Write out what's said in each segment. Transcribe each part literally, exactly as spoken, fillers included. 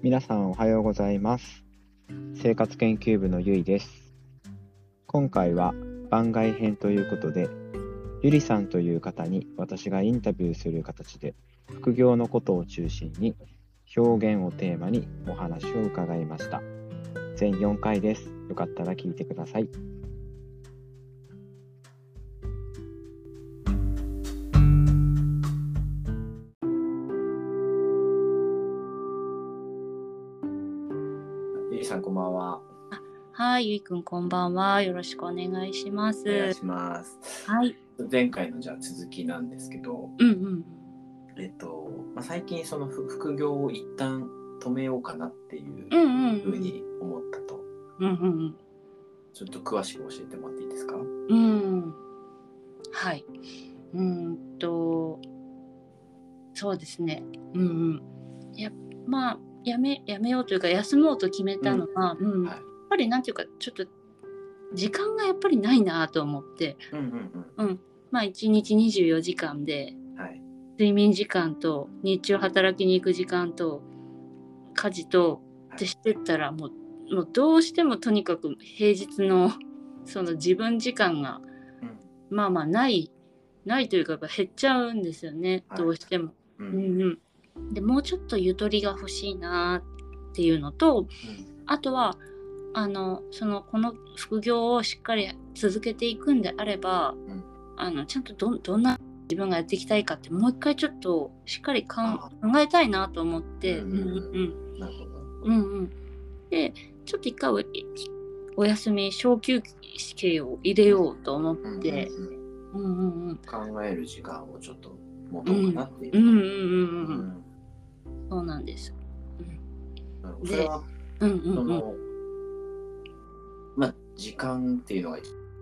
皆さんおはようございます。生活研究部のゆいです。今回は番外編ということで、ゆりさんという方に私がインタビューする形で副業のことを中心に表現をテーマにお話を伺いました。全よんかいです。よかったら聞いてください。ゆりさんこんばんは。 はい、ゆいくんこんばんは。よろしくお願いします。 お願いします。 はい。 前回のじゃあ続きなんですけど、 うんうん。 えっと、まあ、最近その副業を一旦止めようかなっていうふうに思ったと。 うんうんうん。 ちょっと詳しく教えてもらっていいですか？ うん。はい。うんと、そうですね。うんうん。や、まあ、やめ、やめようというか、休もうと決めたのは、うん。うんはい、やっぱりなんていうか、ちょっと、時間がやっぱりないなと思って、うんうんうん。うん。まあ、いちにちにじゅうよじかんで、はい、睡眠時間と、日中働きに行く時間と、家事と、ってしてったら、もう、もうどうしてもとにかく平日の、その自分時間が、うん、まあまあない、ないというか減っちゃうんですよね、はい、どうしても。うんうんうん、でもうちょっとゆとりが欲しいなっていうのと、うん、あとはあのそのこの副業をしっかり続けていくんであれば、うん、あのちゃんと ど, どんな自分がやっていきたいかってもう一回ちょっとしっかり考えたいなと思って、うんうんうん、なるほど、うんうん、でちょっと一回 お, お休み小休憩を入れようと思って、うんうんうん、 考える時間をちょっと持とうかなっていう。 うんうんうんうんうん。そうなんです。 うん、それは、うんうんうん、そのまあ時間っていうのが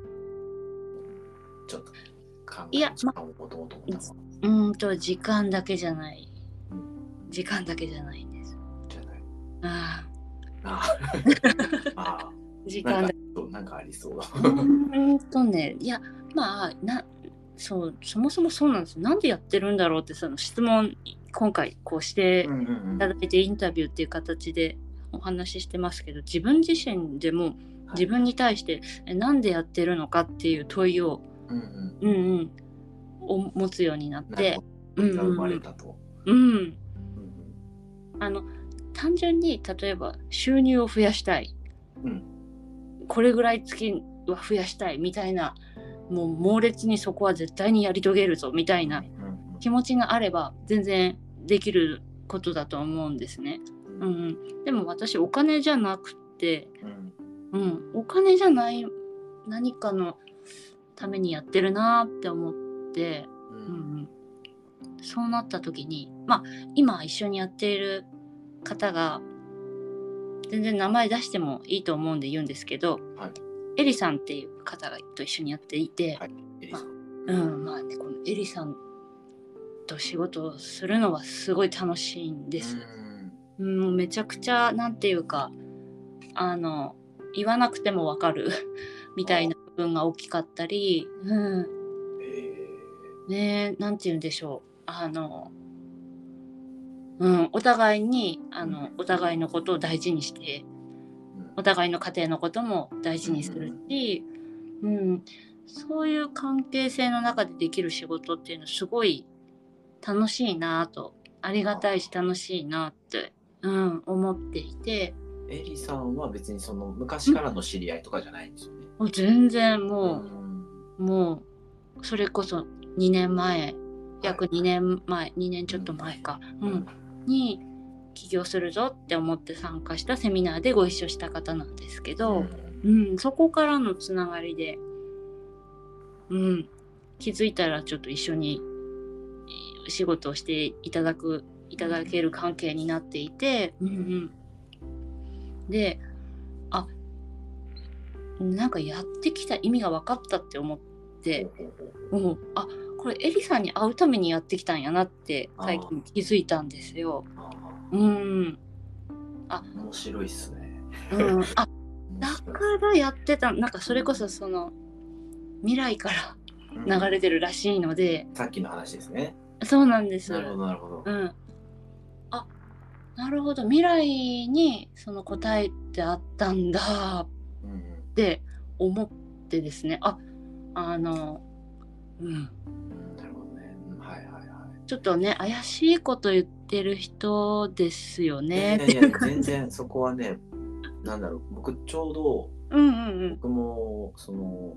ちょっと考える時間を持とうと思ったのは、 ま、うんと時間だけじゃない。時間だけじゃないんです。 じゃない。 ああ。ああ。 時間だ。 なんかありそう。 うんとね、いやまあなそうそもそもそうなんですよ。なんでやってるんだろうってその質問今回こうしていただいてインタビューっていう形でお話ししてますけど、自分自身でも自分に対して、はい、なんでやってるのかっていう問いを、うんうんうんうん、を持つようになって、 うんうん、生まれたと。 うんうんうん、あの単純に例えば収入を増やしたい、うん、これぐらい月は増やしたいみたいな、もう猛烈にそこは絶対にやり遂げるぞみたいな気持ちがあれば全然できることだと思うんですね。うんうん、でも私お金じゃなくて、うんうん、お金じゃない何かのためにやってるなって思って、うんうん、そうなった時に、まあ今一緒にやっている方が全然名前出してもいいと思うんで言うんですけど、はい、エリさんっていう方がと一緒にやっていて、はい、エリさん、まあ、うんまあね、このエリさんと仕事をするのはすごい楽しいんです。うん、もうめちゃくちゃなんていうかあの言わなくてもわかるみたいな部分が大きかったり、うん、ねえなんて言うんでしょうあの、うん、お互いにあのお互いのことを大事にして。お互いの家庭のことも大事にするし、うんうん、そういう関係性の中でできる仕事っていうのはすごい楽しいなと、ありがたいし楽しいなって、うん、思っていて。 エリさんは別にその昔からの知り合いとかじゃないんですよね。 もう全然もう、うん、もうそれこそにねんまえ、約にねんまえ、はい、にねんちょっと前か、うんうん、に起業するぞって思って参加したセミナーでご一緒した方なんですけど、うんうん、そこからのつながりで、うん、気づいたらちょっと一緒に仕事をしていただくいただける関係になっていて、うんうん、で、あ、なんかやってきた意味が分かったって思って、うん、あ、これエリさんに会うためにやってきたんやなって最近気づいたんですよ。うん、 あ、面白いっすね。 うん、あ、だからやってた、なんかそれこそその未来から流れてるらしいので、 うん、さっきの話ですね。 そうなんです。 なるほどなるほど。 うん、あ、 なるほど、未来にその答えってあったんだって思ってですね、あ、あの、うん、 うん、なるほどね、うん、はいはいはい。 ちょっとね怪しいこと言ってる人ですよねいやいやいや全然そこはね、なんだろう、僕ちょうど、 うんうんうん、 僕もその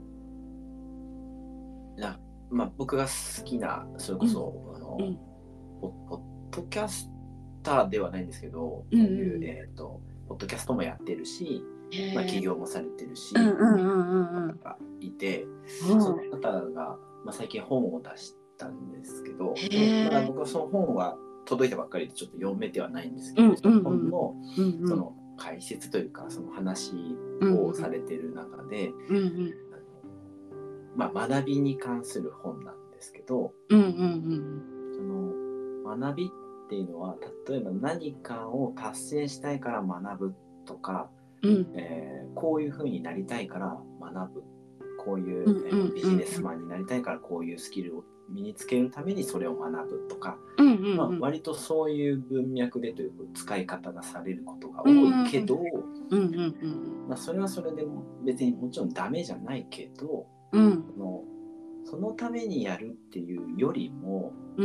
な、まあ、僕が好きなそれこそ、うん、あの、うん、ポ, ポッドキャスターではないんですけど、そういう、うんうん、えーと、ポッドキャストもやってるし、まあ、起業もされてるし、方がいて、うん、その方が、まあ、最近本を出したんですけど、でまだ僕はその本は届いたばっかりでちょっと読めてはないんですけど、うんうんうん、その本の、うんうん、その解説というかその話をされてる中で、うんうん、まあ、学びに関する本なんですけど、うんうんうん、その学びっていうのは例えば何かを達成したいから学ぶとか、うんえー、こういう風になりたいから学ぶ、こういう、うんうんうんえー、ビジネスマンになりたいからこういうスキルを身につけるためにそれを学ぶとか、うんうんうんまあ、割とそういう文脈でという使い方がされることが多いけど、うんうんうんまあ、それはそれでも別にもちろんダメじゃないけど、うん、そのそのためにやるっていうよりも、うんうん、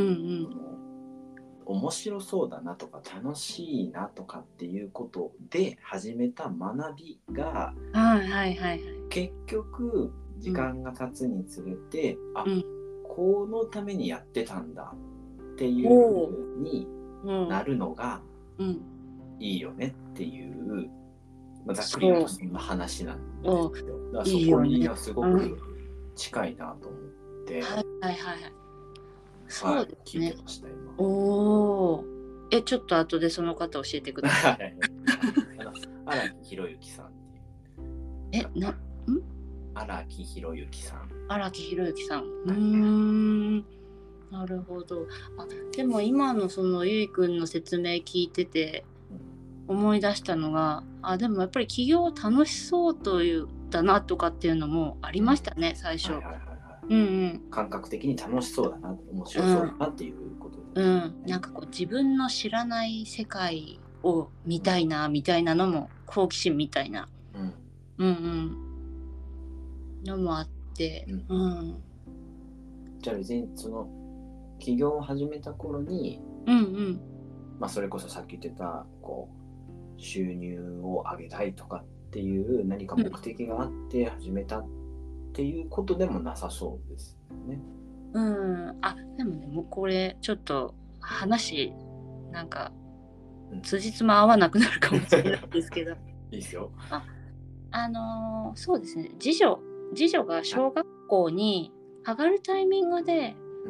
その面白そうだなとか楽しいなとかっていうことで始めた学びが、はいはいはいはい、結局時間が経つにつれて、うん、あ、うん、このためにやってたんだっていう風になるのがいいよねっていう、まあ、ざっくり言うとそんな話なんですよ。だからそこにはすごく近いなと思って、はいはいはい、そうですね、はい、聞いてました今。 おー、え、ちょっと後でその方教えてください。 荒木博之さんっていう。 え、な、ん？ 荒木博之さん。 荒木博之さん。うーん。なるほど。あ、でも今のそのゆいくんの説明聞いてて思い出したのが、あ、でもやっぱり起業楽しそうというだなとかっていうのもありましたね、最初。はいはいはいはい。 うんうん。感覚的に楽しそうだな、面白そうだなっていうことですね。 うん、うん、なんかこう自分の知らない世界を見たいなみたいなのも好奇心みたいな、うん、うんうんのもあって、うん、うん、 じゃあ別にその起業を始めた頃に、うんうん、まあそれこそさっき言ってたこう収入を上げたいとかっていう何か目的があって始めたっていうことでもなさそうですね。 うん、あ、でもね、もうこれちょっと話なんか辻褄合わなくなるかもしれないですけど、 いいですよ。 あ、あのー、そうですね、次女次女が小学校に上がるタイミングで、うん、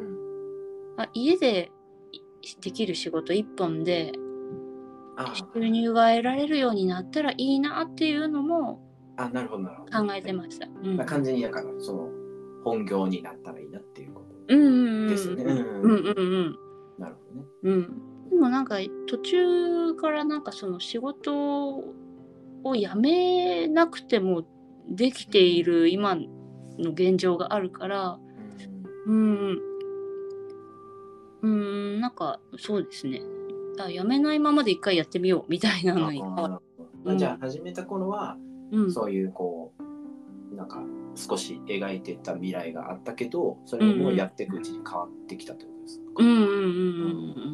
あ、家でできる仕事一本で収入が得られるようになったらいいなっていうのもあ、なるほどなるほど、 考えてました。 うん、完全にだからその本業になったらいいなっていうことですよね。うんうんうんうん。なるほどね。 うん。でもなんか途中からなんかその仕事を辞めなくてもできている今の現状があるから、うん、うん、なんかそうですね。あ、辞めないままで一回やってみようみたいなのに。ああ、じゃあ始めた頃は、うん、そういうこうなんか少し描いてた未来があったけど、それもやっていくうちに変わってきたということですか。うんうんうんうんうん。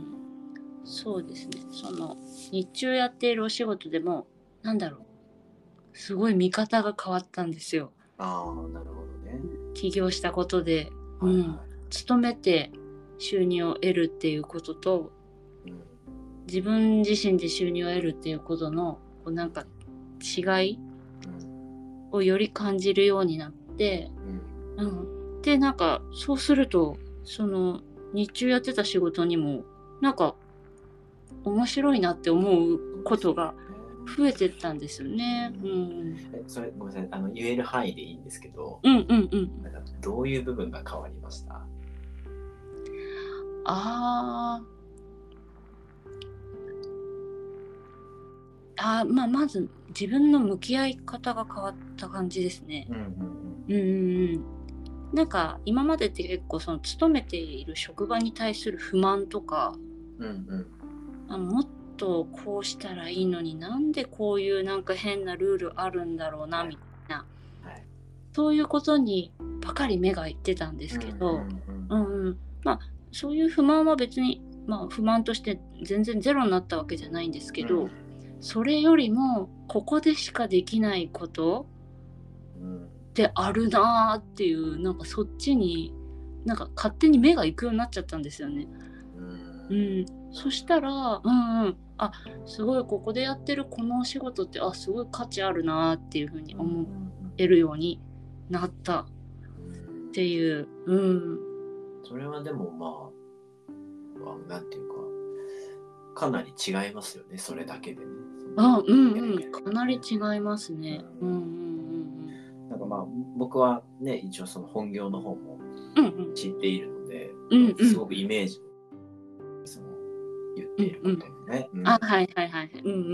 そうですね。その日中やっているお仕事でもなんだろう、すごい見方が変わったんですよ。 ああ、なるほどね。 起業したことで、はいはい、うん、勤めて収入を得るっていうことと、うん、自分自身で収入を得るっていうことのこうなんか違いをより感じるようになって、うんうん、でなんかそうするとその日中やってた仕事にもなんか面白いなって思うことが増えてったんですよね。うん、 え、それごめんなさい、あの言える範囲でいいんですけど、 うんうんうん、 なんかどういう部分が変わりました？ あーあ、まあ、まず自分の向き合い方が変わった感じですね。うんうんうん。うんうん、なんか今までって結構その勤めている職場に対する不満とか、うんうん、あ、もっことをこうしたらいいのになんでこういうなんか変なルールあるんだろうなみたいな、はい、そういうことにばかり目がいってたんですけど、うんうんうん、まあそういう不満は別に、まあ、不満として全然ゼロになったわけじゃないんですけど、うん、それよりもここでしかできないことってあるなっていう、なんかそっちになんか勝手に目が行くようになっちゃったんですよね。うん、そしたら、うんうん、あ、すごいここでやってるこのお仕事ってあすごい価値あるなっていうふうに思えるようになったっていう、うん、 それはでもまあなんていうかかなり違いますよね、それだけでね。 あ、うんうん、かなり違いますね。うんうんうんうん、なんかまあ僕はね一応その本業の方も知っているので、 うんうん、 すごくイメージその言っていることもね、 うんうん、あはいはいはい、うんうんうん、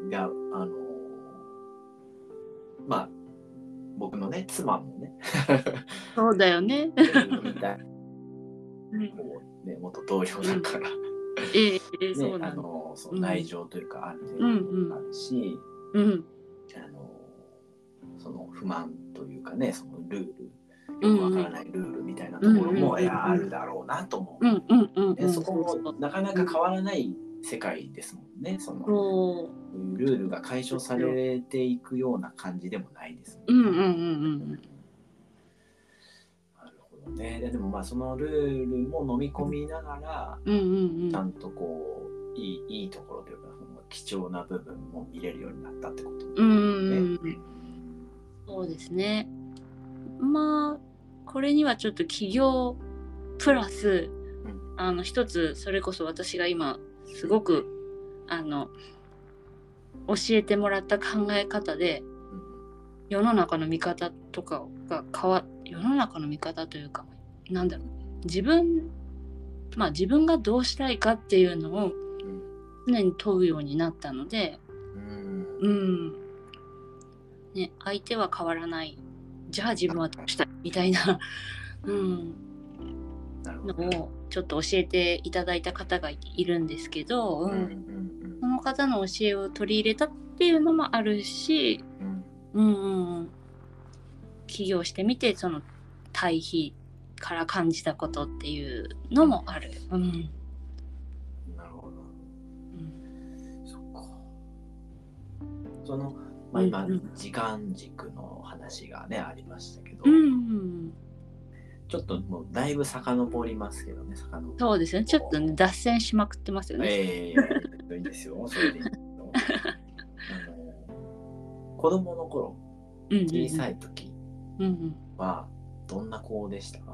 うん、いやあのまあ僕のね妻もねそうだよねみたいもうね元同僚だから、うんええー、 ね、 そうなんあのその内情というかある程度あるし、 うんうん、 あのその不満というかねそのルールよくわからないルールみたいなところも、うん、いやあるだろうなと思う、うんうんうんうん、そこもなかなか変わらない世界ですもんね。そのルールが解消されていくような感じでもないですもんね。うんうんうんうん、なるほどね。でもまあそのルールも飲み込みながら、うんうんうん、ちゃんとこういいいいところというかその貴重な部分も見れるようになったってことですね。うんうんうん、 そうですね。まあこれにはちょっと起業プラス、うん、あの一つそれこそ私が今すごくあの教えてもらった考え方で、うん、世の中の見方とかが変わ世の中の見方というかなんだろう自分まあ自分がどうしたいかっていうのを常に問うようになったので、うん、うんね、相手は変わらないじゃあ自分はどうしたいみたいな、うん、のをちょっと教えていただいた方がいるんですけど、うんうんうん、その方の教えを取り入れたっていうのもあるし、うんうんうん、起業してみてその対比から感じたことっていうのもある。うん、 なるほど。うん、そっか。そのまあ、今、うんうん、時間軸の話がねありましたけど、うんうん、ちょっともうだいぶ遡りますけどね。遡そうですね。ちょっとね脱線しまくってますよね。 ええー、いいですよ。それでいいですよ。あの子供の頃、小さい時はどんな子でしたか？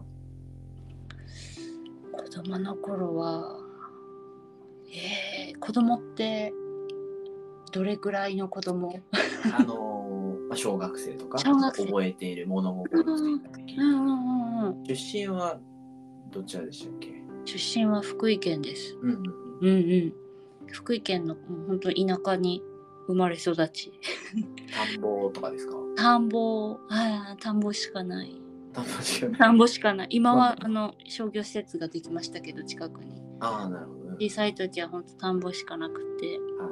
子供の頃は、えー、子供ってどれくらいの子供？ あのー、小学生とか覚えている物心ついた時、うんうんうん、出身はどちらでしたっけ？ 出身は福井県です。うんうんうんうん、福井県の本当田舎に生まれ育ち。 田んぼとかですか？ 田んぼ、あ田んぼしかない。 田んぼしかない。 田んぼしかない。今は、まあ、あの商業施設ができましたけど近くに。 ああなるほど、ね。 小さい時は本当田んぼしかなくて。はい、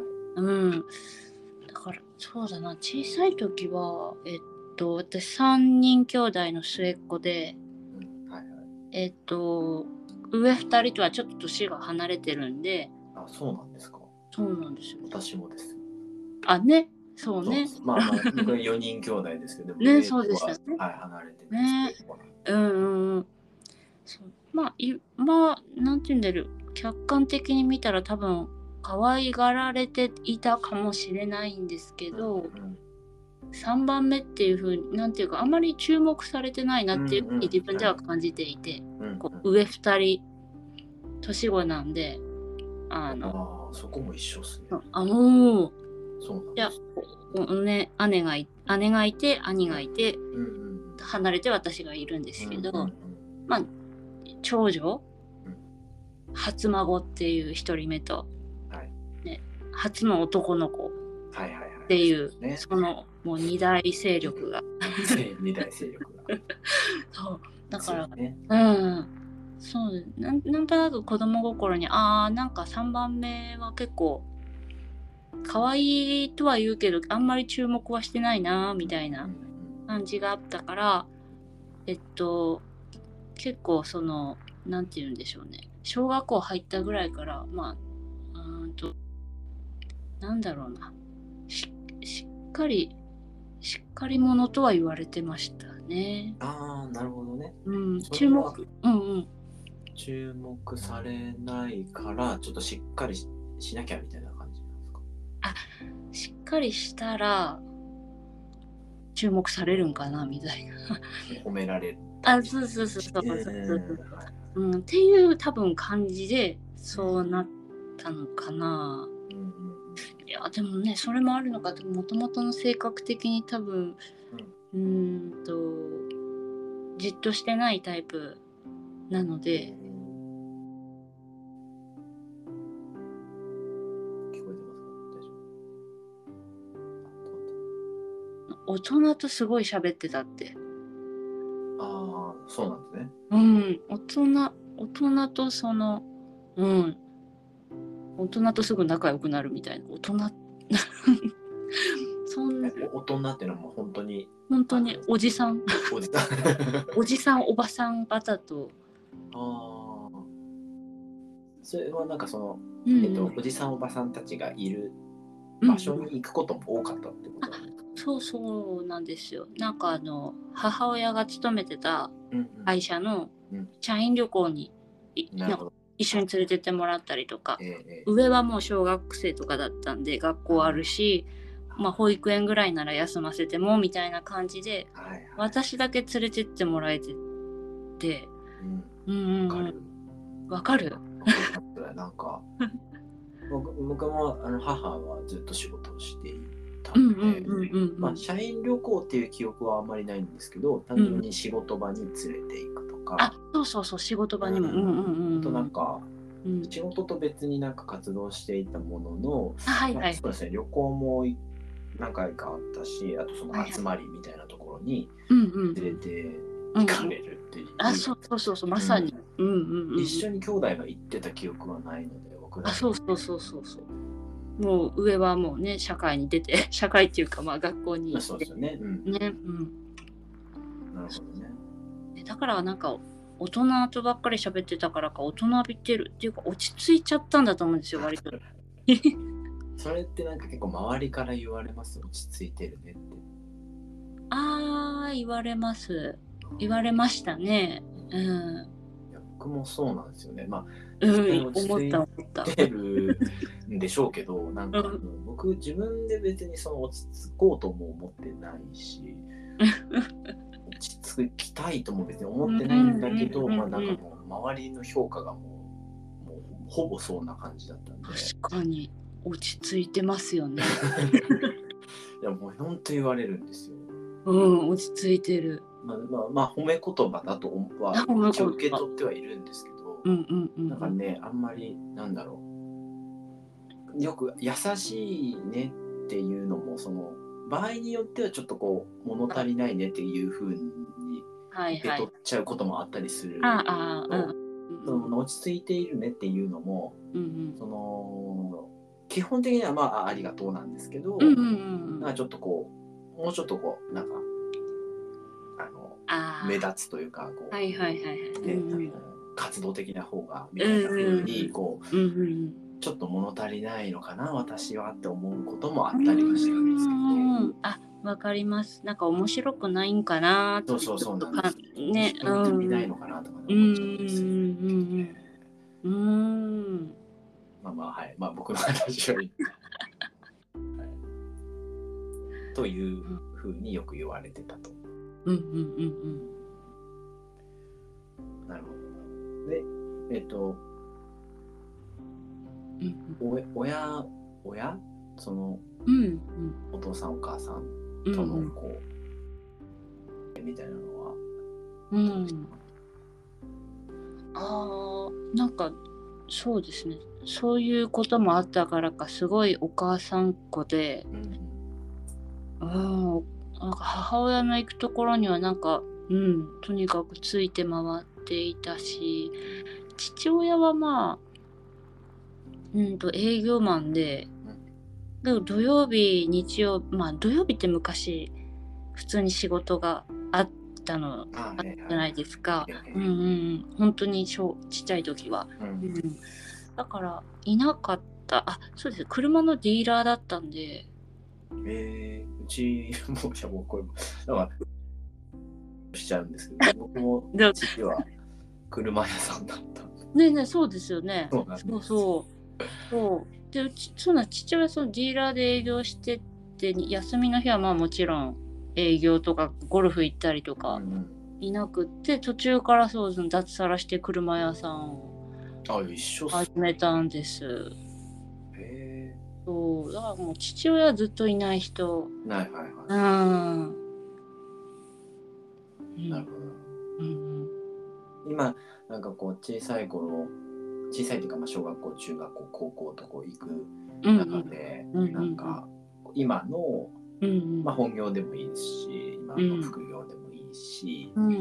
うん。だからそうだな小さい時はえっと私さんにん兄弟の末っ子で、うんはいはい、えっと上ふたりとはちょっと年が離れてるんで。 あそうなんですか。 そうなんですよ。 私もです。 あねそうね。 そうまあまあ僕はよにん兄弟ですけどねそうでしたね。 はい離れてるね。うんうんうんそうまあいまあなんて言うんだろう客観的に見たら多分可愛がられていたかもしれないんですけど、うんうん、さんばんめっていう風になんていうかあまり注目されてないなっていう風に自分では感じていて、うんうん、こう上ふたり年子なんであのあそこも一緒ですね。 あのー、 そうなんです。 じゃあ、ね、姉がい姉がいて兄がいて、うんうん、離れて私がいるんですけど、うんうんうん、まあ長女、うん、初孫っていう一人目と、はいね、初の男の子っていう、はいはいはいね、そのもう二大勢力が二大勢力がそうだから、ね、うんそうな ん, なんとなく子供心にあーなんかさんばんめは結構可愛いとは言うけどあんまり注目はしてないなみたいな感じがあったから、えっと結構そのなんて言うんでしょうね、小学校入ったぐらいからまあうーんとなんだろうな し, しっかりしっかり者とは言われてましたね。 ああ、なるほどね。 うん、注目、うんうん、 注目されないからちょっとしっかり し, しなきゃみたいな感じなんですか。 あ、しっかりしたら注目されるんかなみたいな褒められる。 あ、そうそうそうそうそうそう、うん、っていう多分感じでそうなったのかな。うんうん、いやでもねそれもあるのか、もともとの性格的に多分、うん、うーんとじっとしてないタイプなので。大人とすごい喋ってたって。 ああ、そうなんですね。 うん、大人、大人とその、うん、大人とすぐ仲良くなるみたいな。大人、 そんな。大人っていうのはもう本当に。 本当におじさん。 おじさん。 おじさん、おばさん方と。 ああ。それはなんかその、うん、えっと、おじさんおばさんたちがいる場所に行くことも多かったってことだね。うんそうそうなんですよ。なんかあの母親が勤めてた会社の社員旅行に、うんうん、なんか一緒に連れてってもらったりとか、えー、上はもう小学生とかだったんで学校あるし、まあ、保育園ぐらいなら休ませてもみたいな感じで、はいはい、私だけ連れてってもらえてて、うん、うんうんうん、わかる？ なんか僕, 僕もあの母はずっと仕事をしていて。まあ、社員旅行っていう記憶はあんまりないんですけど、単純に仕事場に連れて行くとか、 うん、あ、そうそうそう、仕事場にも、うんうんうん、 あとなんか、うん、仕事と別になんか活動していたものの、 はいはい、 まあ、そうですね、旅行も何回かあったし、あとその集まりみたいなところに連れて行かれるっていう、うんうん、 あ、そうそうそうそう、まさに、 うんうんうん、一緒に兄弟が行ってた記憶はないので、僕だけ。あ、そうそうそうそうそう。もう上はもうね社会に出て社会っていうかまあ学校に行って、 そうですよね、うん、 ね、うん、 なるほどね。 だからなんか大人とばっかり喋ってたからか大人びてるっていうか落ち着いちゃったんだと思うんですよ割と。 それってなんか結構周りから言われます？落ち着いてるねって。 あー言われます言われましたね。うん。 いや僕もそうなんですよね。まあうん、落ち着いてるんでしょうけど、なんか、うん、僕自分で別にその落ち着こうとも思ってないし、落ち着きたいとも別に思ってないんだけど、まあなんかもう周りの評価がもう、もうほぼそんな感じだったんで。 確かに落ち着いてますよね。 いやもう本当言われるんですよ。 うん、落ち着いてる。 まあまあ、まあ、褒め言葉だとは一応受け取ってはいるんですけど、 うんうんうん、 なんかね、あんまりなんだろう、よく優しいねっていうのもその場合によってはちょっとこう物足りないねっていう風に受け取っちゃうこともあったりする。 ああ、うん、 その落ち着いているねっていうのも、うんうん、その基本的にはまあありがとうなんですけど、うんうんうん、なんかちょっとこうもうちょっとこうなんかあのあ目立つというかこう、はいはいはいはい、ね、うんうん、活動的な方がみたいな風にこう、うんうん、ちょっと物足りないのかな私はって思うこともあったりはしたんですけど、うん、 あ、わかります。なんか面白くないんかなって、 そうそうそうなんですね、面白くないのかなとか思っちゃうんですよね。うん、うん、まあまあはい、まあ僕の話はいい、はい、という風によく言われてたと。うんうんうんうん。なるほど。で、えっと、うん、お親、親その、うんうん、お父さんお母さんとのこう、うん、みたいなのは、うん、 ああ、なんかそうですね。そういうこともあったからかすごいお母さん子で、うん、うん、なんか母親の行くところにはなんか、うん、とにかくついて回っていたし、父親はまあ、うんと営業マンで、 でも土曜日日曜まあ土曜日って昔普通に仕事があったのあったじゃないですか、うんうん、本当に小ちっちゃい時は、うんうん、だからいなかったあそうです車のディーラーだったんでえー、うちもじゃもうこれだからしちゃうんですけど僕も父は車屋さんだったねえねえそうですよねそうそうそうそうでうちそんな父親そのディーラーで営業してて休みの日はまあもちろん営業とかゴルフ行ったりとかいなくって、うん、途中からそう脱サラして車屋さんを始めたんです。へーそうだからもう父親はずっといない人。 はいはいはい。 うん。 なるほど。うん、今なんかこう小さい頃小さいというかまあ小学校中学校高校とこう行く中で、うんうん、なんか今の、うんうんまあ、本業でもいいですし今の副業でもいいし、うんうん、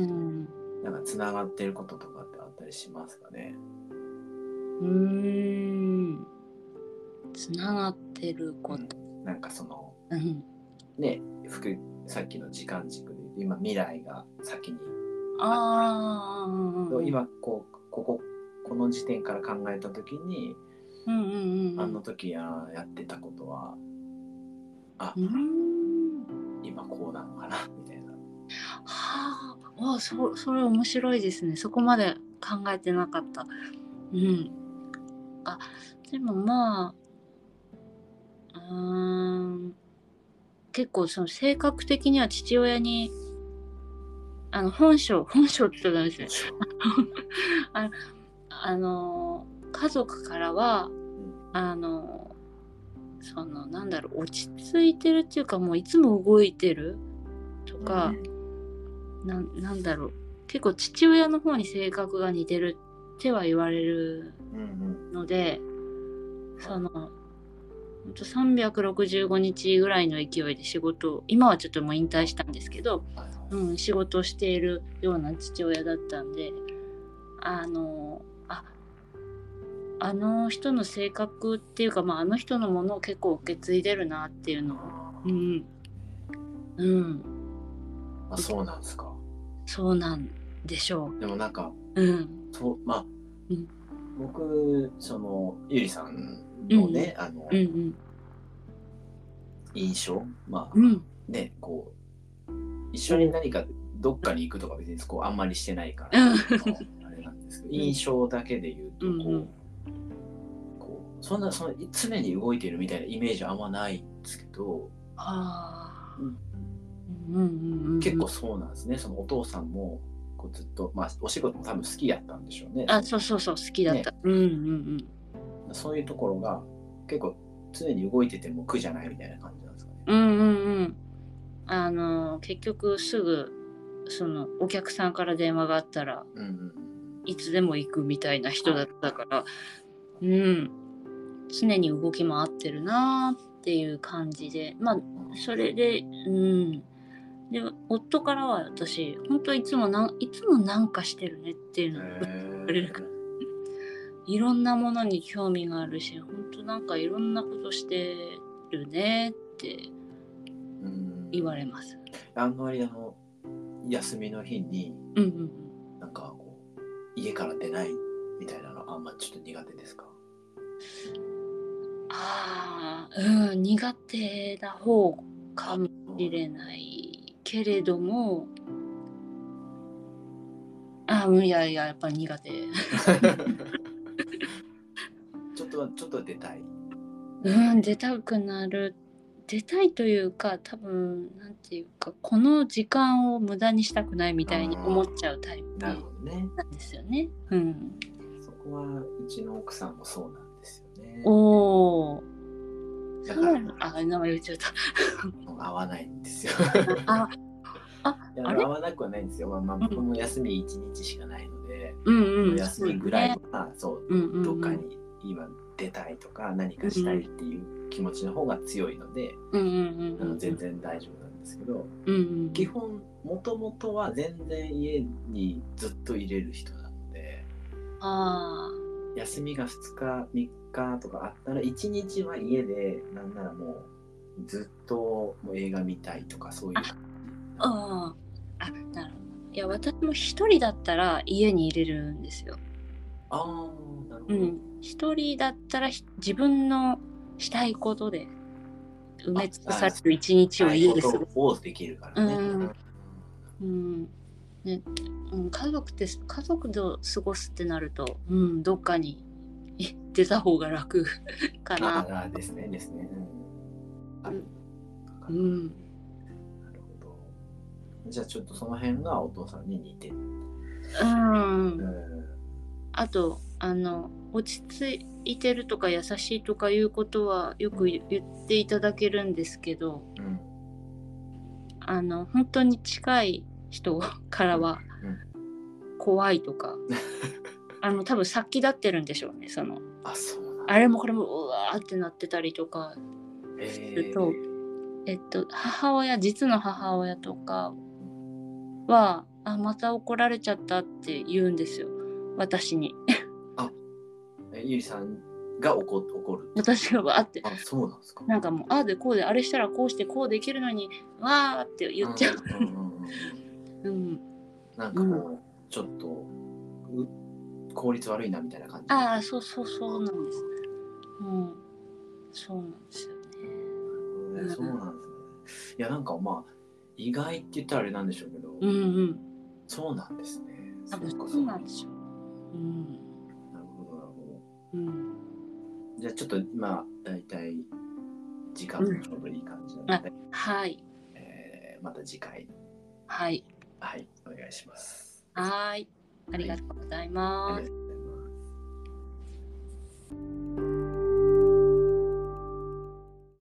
なんかつながってることとかってあったりしますかね。 うーんつながってること、 うん、なんかその、うん、ね副さっきの時間軸で今未来が先にああ今こうこここの時点から考えた時に、うんうんうん、あの時ややってたことはあ、うん、今こうなのかなみたいな。 はあ、あそそれ面白いですね。そこまで考えてなかった。うん。あでもまあうーん結構その性格的には父親にあの本性本性って言ったらダメですね。あのあの家族からは、うん、あのそのなんだろう落ち着いてるっていうかもういつも動いてるとか、うん、な, なんだろう結構父親の方に性格が似てるっては言われるので、うんうん、そのさんびゃくろくじゅうごにちぐらいの勢いで仕事を今はちょっともう引退したんですけど、うん、仕事をしているような父親だったんであのああの人の性格っていうか、まあ、あの人のものを結構受け継いでるなっていうのをうんうんあそうなんですか。 そうなんでしょう。 でもなんか、 うん、 そうまあ、うん、僕そのゆりさんのね、うん、あの、うんうん、印象まあ、うん、ねこう一緒に何かどっかに行くとか別にこうあんまりしてないから、うん、あれなんですけど印象だけで言うとこう、うんうん、こうそんなその常に動いているみたいなイメージはあんまないんですけど、あうんうんうんうん、結構そうなんですね。そのお父さんもこうずっと、まあ、お仕事も多分好きだったんでしょうね。 あ、そうそうそう好きだった、ねうんうんうん、 そういうところが結構常に動いてても苦じゃないみたいな感じなんですかね。 うんうんうんあの結局すぐそのお客さんから電話があったら、うんうん、いつでも行くみたいな人だったから、はい、うん常に動き回ってるなっていう感じでまあそれでうんで夫からは私本当いつもないつもなんかしてるねっていうのを言われるからいろんなものに興味があるし本当なんかいろんなことしてるねって言われます。 あんまりあの休みの日に、うんうん、なんかこう家から出ないみたいなのあんまちょっと苦手ですか？ ああ、うん、苦手な方かもしれないけれども、ああ、いやいや、やっぱり苦手。 ちょっとちょっと出たい。 うん、出たくなる。出たいというか、多分なんていうか、この時間を無駄にしたくないみたいに思っちゃうタイプなんですよね。うん。 そこはうちの奥さんもそうなんですよね。 おお。だからあ、名前言っちゃった。 合わないんですよ。 あ、 あ、あれ合わなくはないんですよ。まあ、まあ、僕も休みいちにちしかないので、うんうん、休みぐらいはそう、うんうん、どっかに今出たいとか何かしたいっていう気持ちの方が強いので、うんうんうん、あの全然大丈夫なんですけど、うんうん、基本もともとは全然家にずっと入れる人なので、あ休みがふつかみっ日とかあったら一日は家でなんならもうずっともう映画見たいとかそういう感じ。 ああ、あ、なるほど。いや、私も一人だったら家に入れるんですよ。 ああ、なるほど。 うん、一人だったら自分のしたいことで埋め尽くされる一日を家で過ごす。 できるからね。 うんうんね、うん、家族って家族で過ごすってなると、うん、どっかに出た方が楽かな。 ああですねですね。 うん。うん、 なるほど。じゃあちょっとその辺がお父さんに似てる。 うん。 うん、 あとあの落ち着いてるとか優しいとかいうことはよく言っていただけるんですけど、うん、あの本当に近い人からは怖いとか、うんうん、あの多分殺気立ってるんでしょうね。そのあ、そうなんだ。 あれもこれもうわーってなってたりとかすると、えー、えっと母親実の母親とかはあまた怒られちゃったって言うんですよ、私に。 あ、ゆりさんが怒る。 私がわーって。 あ、そうなんですか。 なんかもうああでこうであれしたらこうしてこうできるのにわーって言っちゃう。うん。 なんかもう、うん、ちょっと効率悪いなみたいな感じ。 ああ、そうそうそうなんです。うん。そうなんですよね。 うん、そうなんですね。いやなんかまあ意外って言ったらあれなんでしょうけど、 うんうん。 そうなんですね。 多分そうなんですよ。うん。 なるほどなるほど。うん。 じゃあちょっと今だいたい時間もちょうどいい感じなので、うん、 はい。 えー、また次回。 はい。 はい、お願いします。 はい。ありがとうございます。 はい、ありがとうございます。